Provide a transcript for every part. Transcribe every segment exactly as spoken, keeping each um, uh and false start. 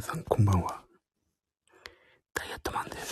さんこんばんは。ダイエットマンです。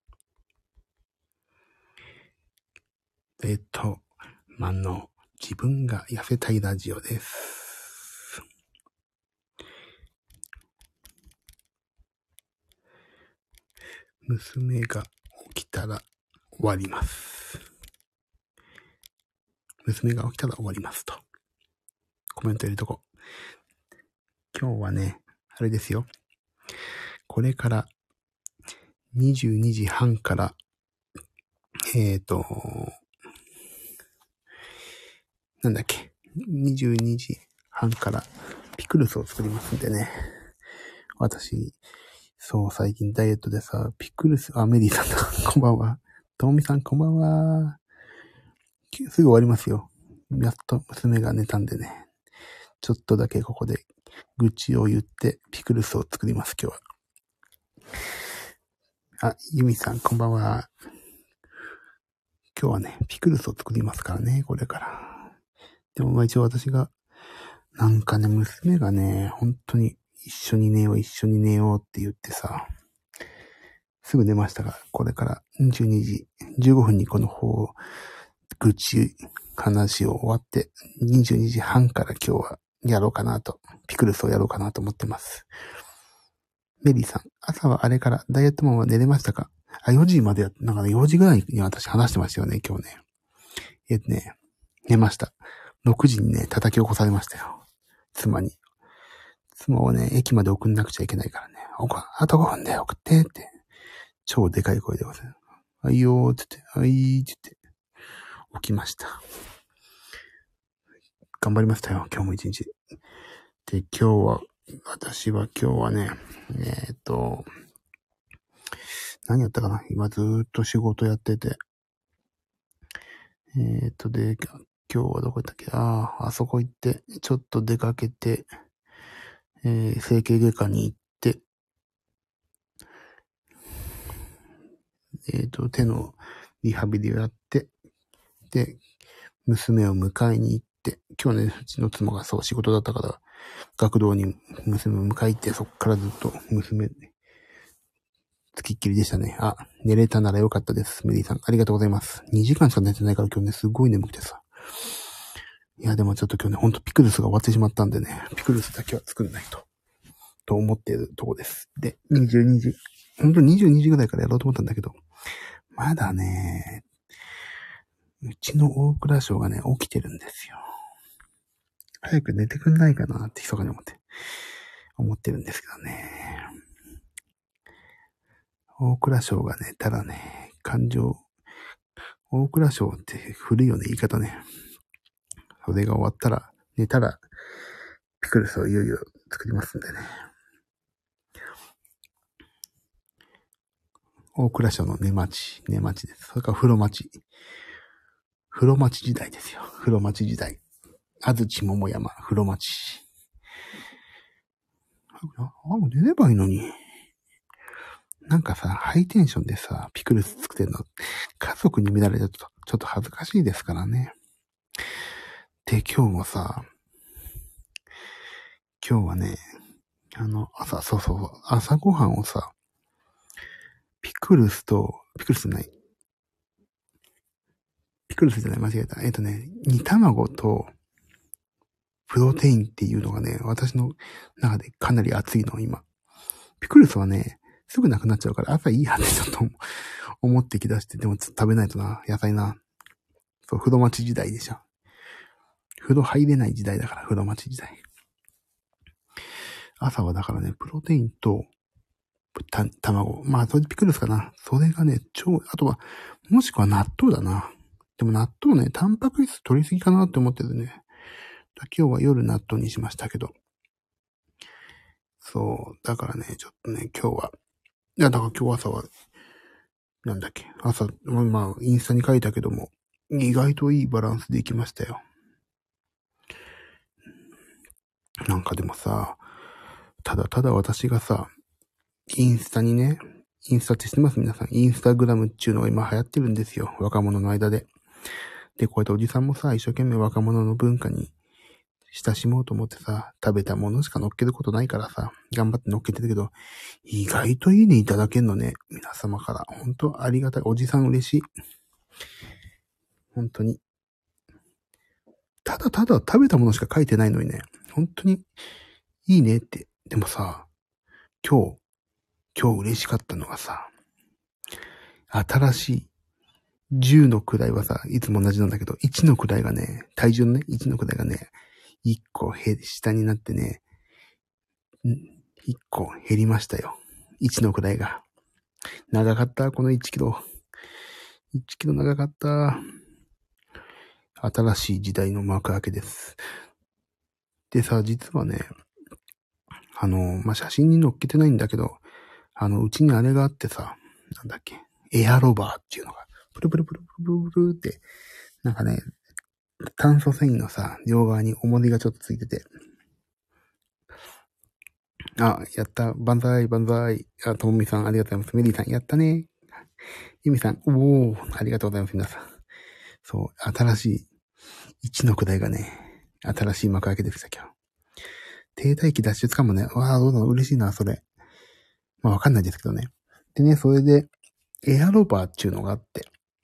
ダイエットマンの自分が痩せたいラジオです。娘が起きたら終わります。娘が起きたら終わりますと。コメント入れとこう。今日はね、あれですよ。これからにじゅうにじはんから、えーと、なんだっけ、にじゅうにじはんからピクルスを作りますんでね。私、そう、最近ダイエットでさ、ピクルス、あ、メリーさんだ。こんばんは。ともみさんこんばんは。すぐ終わりますよ。やっと娘が寝たんでね。ちょっとだけここで愚痴を言ってピクルスを作ります、今日は。あ、ユミさんこんばんは。今日はね、ピクルスを作りますからね、これから。でもまあ一応私が、なんかね、娘がね、本当に一緒に寝よう、一緒に寝ようって言ってさ、すぐ寝ましたが、これからじゅうにじじゅうごふんにこの方、愚痴、話を終わって、にじゅうにじはんから今日はやろうかなと、ピクルスをやろうかなと思ってます。メリーさん、朝はあれからダイエットマンは寝れましたか？あ、よじまでや、なんかね、よじぐらいに私話してましたよね、今日ね。えっとね、寝ました。ろくじにね、叩き起こされましたよ。妻に。妻をね、駅まで送んなくちゃいけないからね。あとごふんで送ってって。超でかい声でございます。あいよーって言って、あいーって言って、起きました。頑張りましたよ、今日も一日。で、今日は、私は今日はね、えーっと、何やったかな？今ずーっと仕事やってて。えーっと、で、今日はどこ行ったっけ？ああ、あそこ行って、ちょっと出かけて、えー、整形外科に行って、えーっと、手のリハビリをやって、で、娘を迎えに行って、今日ね、うちの妻がそう仕事だったから、学童に娘を迎えて、そっからずっと娘、つきっきりでしたね。あ、寝れたならよかったです。メリーさん、ありがとうございます。にじかんしか寝てないから今日ね、すごい眠くてさ。いや、でもちょっと今日ね、ほんとピクルスが終わってしまったんでね、ピクルスだけは作んないと、と思っているとこです。で、にじゅうにじ、ほんとにじゅうにじぐらいからやろうと思ったんだけど、まだね、うちの大蔵省がね、起きてるんですよ。早く寝てくんないかなって密かに思って、思ってるんですけどね。大蔵省が寝たらね、感情、大蔵省って古いよね、言い方ね。それが終わったら、寝たら、ピクルスをいよいよ作りますんでね。大蔵省の寝待ち、寝待ちです。それから風呂待ち。風呂待ち時代ですよ。風呂待ち時代。安土桃山、風呂待ち。あ、あ寝ればいいのに。なんかさ、ハイテンションでさ、ピクルス作ってんの、家族に見られると、ちょっと恥ずかしいですからね。で、今日もさ、今日はね、あの、朝、そうそう、朝ごはんをさ、ピクルスと、ピクルスじゃない。ピクルスじゃない、間違えた。えっとね、煮卵と、プロテインっていうのがね、私の中でかなり熱いの、今。ピクルスはね、すぐなくなっちゃうから朝いいやってちょっと思ってきだして、でも食べないとな、野菜な。そう、風呂待ち時代でしょ。風呂入れない時代だから、風呂待ち時代。朝はだからね、プロテインと、た、卵。まあ、それでピクルスかな。それがね、超、あとは、もしくは納豆だな。でも納豆ね、タンパク質取りすぎかなって思っててね。今日は夜納豆にしましたけど。そう、だからね、ちょっとね、今日は、いや、だから今日朝は、なんだっけ、朝、まあ、インスタに書いたけども、意外といいバランスでいきましたよ。なんかでもさ、ただただ私がさ、インスタにね、インスタって知ってます皆さん。インスタグラムっていうのが今流行ってるんですよ。若者の間で。で、こうやっておじさんもさ、一生懸命若者の文化に親しもうと思ってさ、食べたものしか乗っけることないからさ、頑張って乗っけてるけど、意外といいねいただけんのね。皆様から。本当ありがたい。おじさん嬉しい。本当に。ただただ食べたものしか書いてないのにね。本当にいいねって。でもさ、今日、今日嬉しかったのがさ、新しいじゅうの位はさ、いつも同じなんだけど、いちの位がね、体重のね、いちの位がね、いっこへ、下になってね、いっこ減りましたよ。いちの位が。長かった、このいちキロ。いちキロ長かった。新しい時代の幕開けです。でさ、実はね、あの、まあ、写真に載っけてないんだけど、あの、うちにあれがあってさ、なんだっけ、エアロバーっていうのが、プルプルプルプルプルって、なんかね、炭素繊維のさ、両側に重りがちょっとついてて、あ、やった。万歳、万歳。あ、ともみさん、ありがとうございます。メリーさん、やったね。ゆみさん、おー、ありがとうございます、皆さん。そう、新しい、いちの位がね、新しい幕開けてきた、今日。停滞期脱出かもね。わー、どうだろう、嬉しいな、それ。まあ、わかんないですけどね。でね、それで、エアロバーっていうのがあって、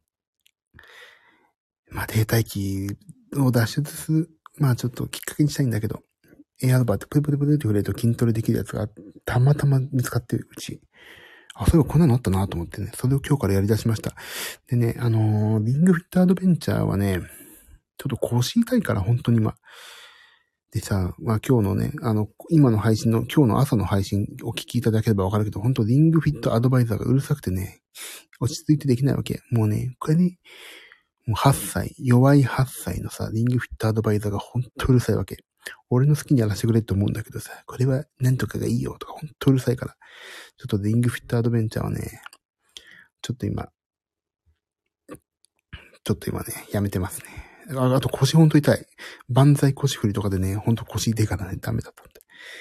まあ、停滞期を脱出する、まあ、ちょっときっかけにしたいんだけど、エアロバーってプルプルプルって触れると筋トレできるやつがたまたま見つかってうち、あ、そういえばこんなのあったなと思ってね、それを今日からやり出しました。でね、あのー、リングフィットアドベンチャーはね、ちょっと腰痛いから本当に今。でさ、まあ今日のね、あの、今の配信の、今日の朝の配信お聞きいただければわかるけど、本当リングフィットアドバイザーがうるさくてね、落ち着いてできないわけ。もうね、これに、もうはっさい、弱いはっさいのさ、リングフィットアドバイザーが本当うるさいわけ。俺の好きにやらせてくれって思うんだけどさ、これはなんとかがいいよとか本当うるさいから、ちょっとリングフィットアドベンチャーはね、ちょっと今、ちょっと今ね、やめてますね。あ, あと腰ほんと痛い。万歳腰振りとかでね、ほんと腰出からね、ダメだったんで。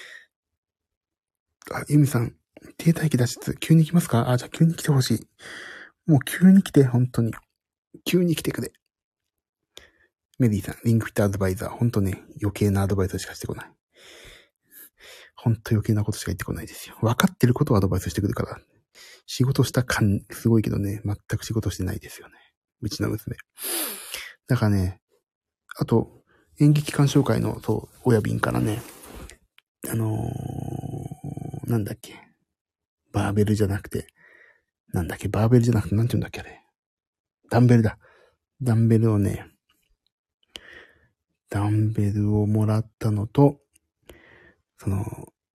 あ、ゆみさん、停滞期脱出、急に来ますか？あ、じゃあ急に来てほしい。もう急に来て、本当に。急に来てくれ。メディさん、リングフィットアドバイザー、ほんとね、余計なアドバイスしかしてこない。ほんと余計なことしか言ってこないですよ。分かってることをアドバイスしてくるから。仕事した感、すごいけどね、全く仕事してないですよね。うちの娘。だからね、あと、演劇鑑賞会の、そう、親便からね、あのー、なんだっけ。バーベルじゃなくて、なんだっけ、バーベルじゃなくて、なんて言うんだっけ、あれ。ダンベルだ。ダンベルをね、ダンベルをもらったのと、その、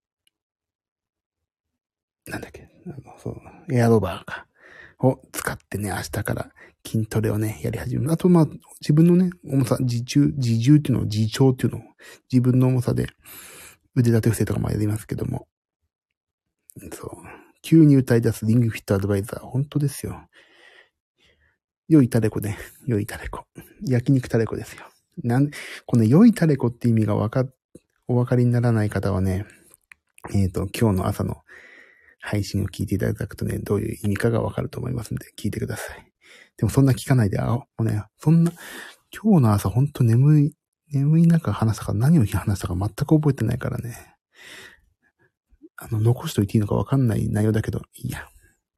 なんだっけ、あの、そう、エアロバーか。を使ってね、明日から筋トレをね、やり始める。あと、まあ、自分のね、重さ、自重、自重っていうのを、自重っていうのを、自分の重さで腕立て伏せとかもやりますけども。そう。急に歌い出すリングフィットアドバイザー。本当ですよ。良いタレコね。良いタレコ。焼肉タレコですよ。なん、この良いタレコって意味がわか、お分かりにならない方はね、えっと、今日の朝の配信を聞いていただくとね、どういう意味かがわかると思いますので、聞いてください。でもそんな聞かないで、あ、もうね、そんな、今日の朝ほんと眠い、眠い中話したか何を話したか全く覚えてないからね。あの、残しといていいのかわかんない内容だけど、いいや。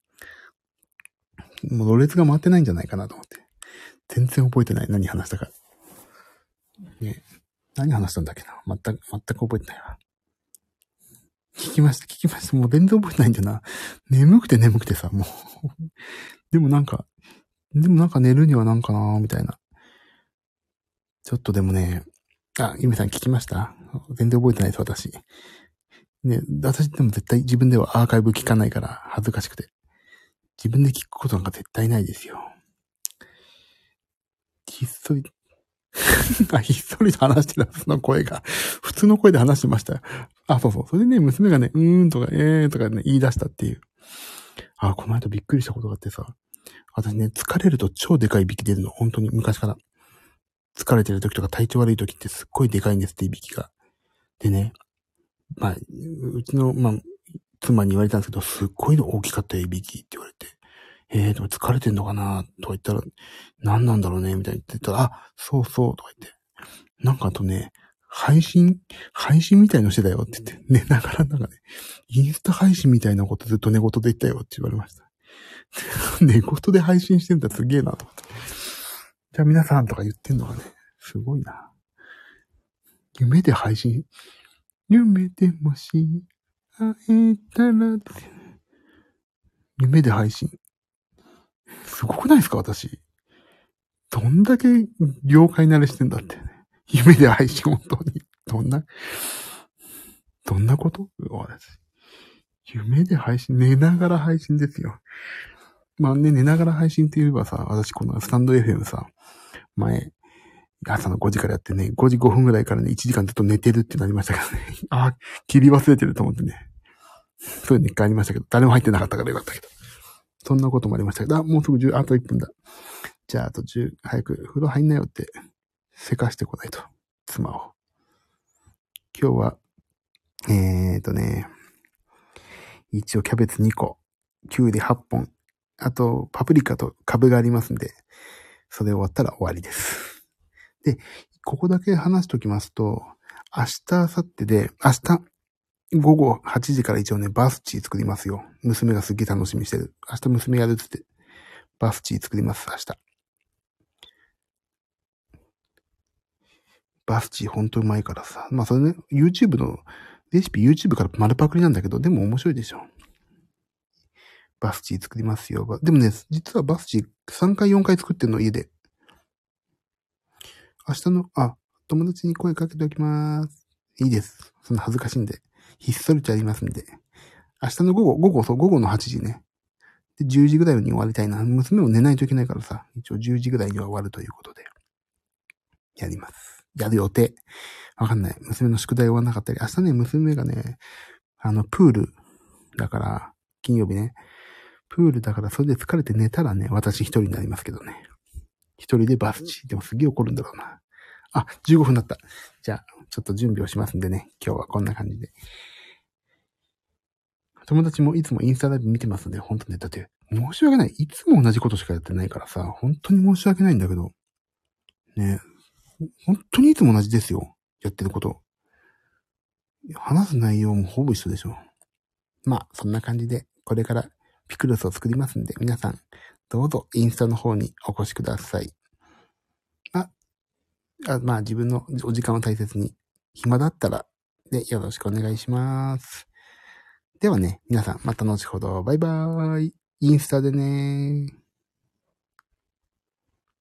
もう、ろれつが回ってないんじゃないかなと思って。全然覚えてない。何話したか。ね。何話したんだっけな。全く、全く覚えてないわ。聞きました、聞きました。もう全然覚えてないんだよな。眠くて眠くてさ、もう。でもなんか、でもなんか寝るにはなんかなーみたいな。ちょっとでもね、あ、ゆめさん聞きました？全然覚えてないです、私。ね、私でも絶対自分ではアーカイブ聞かないから恥ずかしくて。自分で聞くことなんか絶対ないですよ。ひっそり、あ、ひっそりと話してるその声が、普通の声で話してました。あ、そうそう。それでね、娘がね、うーんとか、えーとかね、言い出したっていう。あ、この間びっくりしたことがあってさ、私ね、疲れると超でかいいびき出るの。本当に昔から。疲れてる時とか体調悪い時ってすっごいでかいんですって、いびきが。でね、まあ、うちの、まあ、妻に言われたんですけど、すっごいの大きかったよ、いびきって言われて。えー、でも疲れてんのかなとか言ったら、何なんだろうねみたいに言ってたら、あ、そうそうとか言って。なんかあとね、 配信、配信みたいのしてたよって言って、寝ながらなんかね、インスタ配信みたいなことずっと寝言で言ったよって言われました。寝言で配信してんだすげえなと思って。じゃあ皆さんとか言ってんのがね、すごいな。夢で配信。夢でもし会えたらって。夢で配信。すごくないですか私。どんだけ了解慣れしてんだって、ね。夢で配信本当に。どんな、どんなこと私。夢で配信、寝ながら配信ですよ。まあね、寝ながら配信って言えばさ、私このスタンド エフエム さ、前、朝のごじからやってね、ごじごふんぐらいからね、いちじかんずっと寝てるってなりましたけどね。あ、切り忘れてると思ってね。そういうの一回ありましたけど、誰も入ってなかったからよかったけど。そんなこともありましたけど、あ、もうすぐじゅう、あといっぷんだ。じゃああとじゅう、早く風呂入んなよって、せかしてこないと。妻を。今日は、えーとね、一応キャベツにこ、キュウリはっぽん、あとパプリカとカブがありますんで、それ終わったら終わりです。で、ここだけ話しておきますと、明日、明後日で、明日、午後はちじから一応ね、バスチー作りますよ。娘がすっげえ楽しみにしてる。明日娘やるっつって、バスチー作ります、明日。バスチーほんとうまいからさ。まあそれね、YouTube の、レシピ YouTube から丸パクリなんだけど、でも面白いでしょ。バスチー作りますよ。でもね、実はバスチーさんかいよんかい作ってんの、家で。明日の、あ、友達に声かけておきます。いいです。そんな恥ずかしいんで。ひっそりとやりますんで。明日の午後、午後、そう、午後のはちじね。で、じゅうじぐらいに終わりたいな。娘も寝ないといけないからさ。一応じゅうじぐらいには終わるということで。やります。やる予定。わかんない。娘の宿題終わんなかったり。明日ね、娘がね、あの、プール。だから、金曜日ね。プールだからそれで疲れて寝たらね、私一人になりますけどね。一人でバスチー。でもすげえ怒るんだろうな。あ、じゅうごふんだった。じゃあ、ちょっと準備をしますんでね。今日はこんな感じで。友達もいつもインスタライブ見てますんで、ほんとね。だって、申し訳ない。いつも同じことしかやってないからさ、本当に申し訳ないんだけど。ね。本当にいつも同じですよ。やってること。話す内容もほぼ一緒でしょ。まあ、そんな感じで、これからピクルスを作りますんで、皆さん、どうぞインスタの方にお越しください。あ、あまあ、自分のお時間を大切に、暇だったら、で、よろしくお願いします。ではね、皆さん、また後ほど。バイバーイ。インスタでねー。